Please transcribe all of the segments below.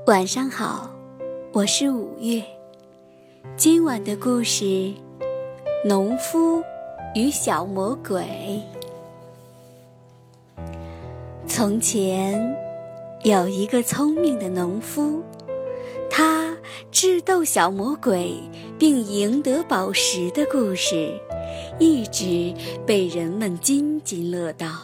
晚上好，我是5月。今晚的故事，农夫与小魔鬼。从前有一个聪明的农夫，他智斗小魔鬼并赢得宝石的故事一直被人们津津乐道。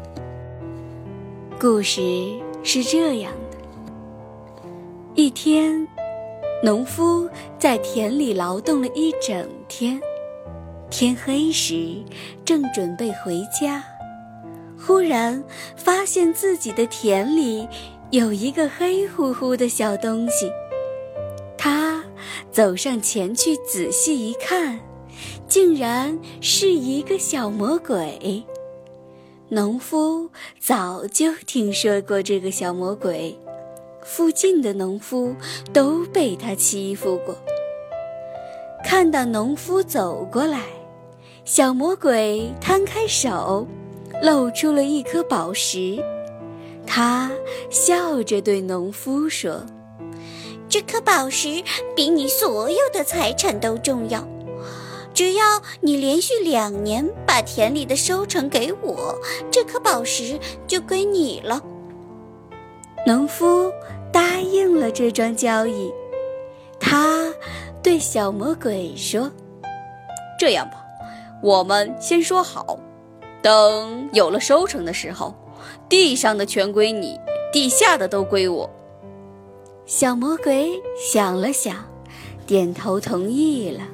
故事是这样的：一天，农夫在田里劳动了一整天，天黑时正准备回家，忽然发现自己的田里有一个黑乎乎的小东西。他走上前去仔细一看，竟然是一个小魔鬼。农夫早就听说过这个小魔鬼，附近的农夫都被他欺负过。看到农夫走过来，小魔鬼摊开手，露出了一颗宝石。他笑着对农夫说：“ 这颗宝石比你所有的财产都重要，只要你连续2年把田里的收成给我，这颗宝石就归你了。” 农夫答应了这桩交易。他对小魔鬼说：“ 这样吧，我们先说好，等有了收成的时候，地上的全归你，地下的都归我。” 小魔鬼想了想，点头同意了。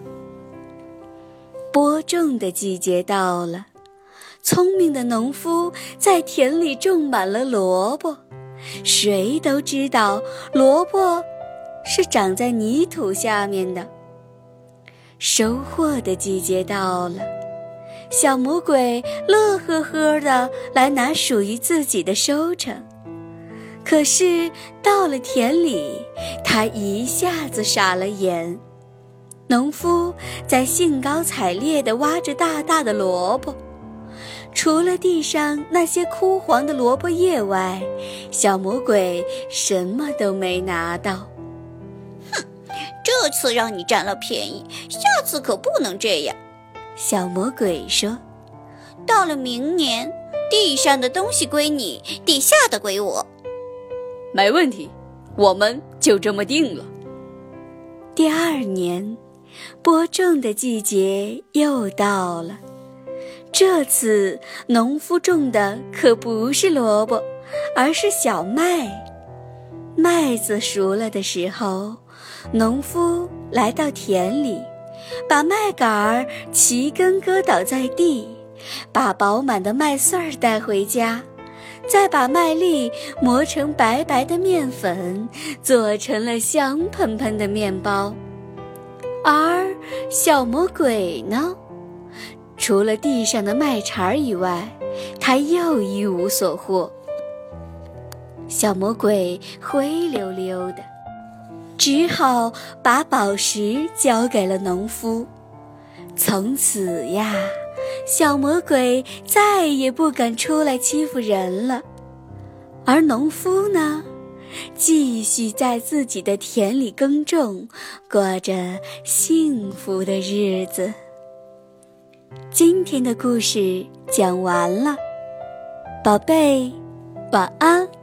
播种的季节到了，聪明的农夫在田里种满了萝卜。谁都知道萝卜是长在泥土下面的。收获的季节到了，小魔鬼乐呵呵地来拿属于自己的收成。可是到了田里，他一下子傻了眼。农夫在兴高采烈地挖着大大的萝卜，除了地上那些枯黄的萝卜叶外，小魔鬼什么都没拿到。 这次让你占了便宜，下次可不能这样。 小魔鬼说：“ 到了明年，地上的东西归你，地下的归我。” 没问题，我们就这么定了。 第2年，播种的季节又到了。这次农夫种的可不是萝卜，而是小麦。麦子熟了的时候，农夫来到田里，把麦秆儿齐根割倒在地，把饱满的麦穗儿带回家，再把麦粒磨成白白的面粉，做成了香喷喷的面包。而小魔鬼呢，除了地上的麦茬以外，他又一无所获。小魔鬼灰溜溜的，只好把宝石交给了农夫。从此呀，小魔鬼再也不敢出来欺负人了。而农夫呢，继续在自己的田里耕种，过着幸福的日子。今天的故事讲完了，宝贝，晚安。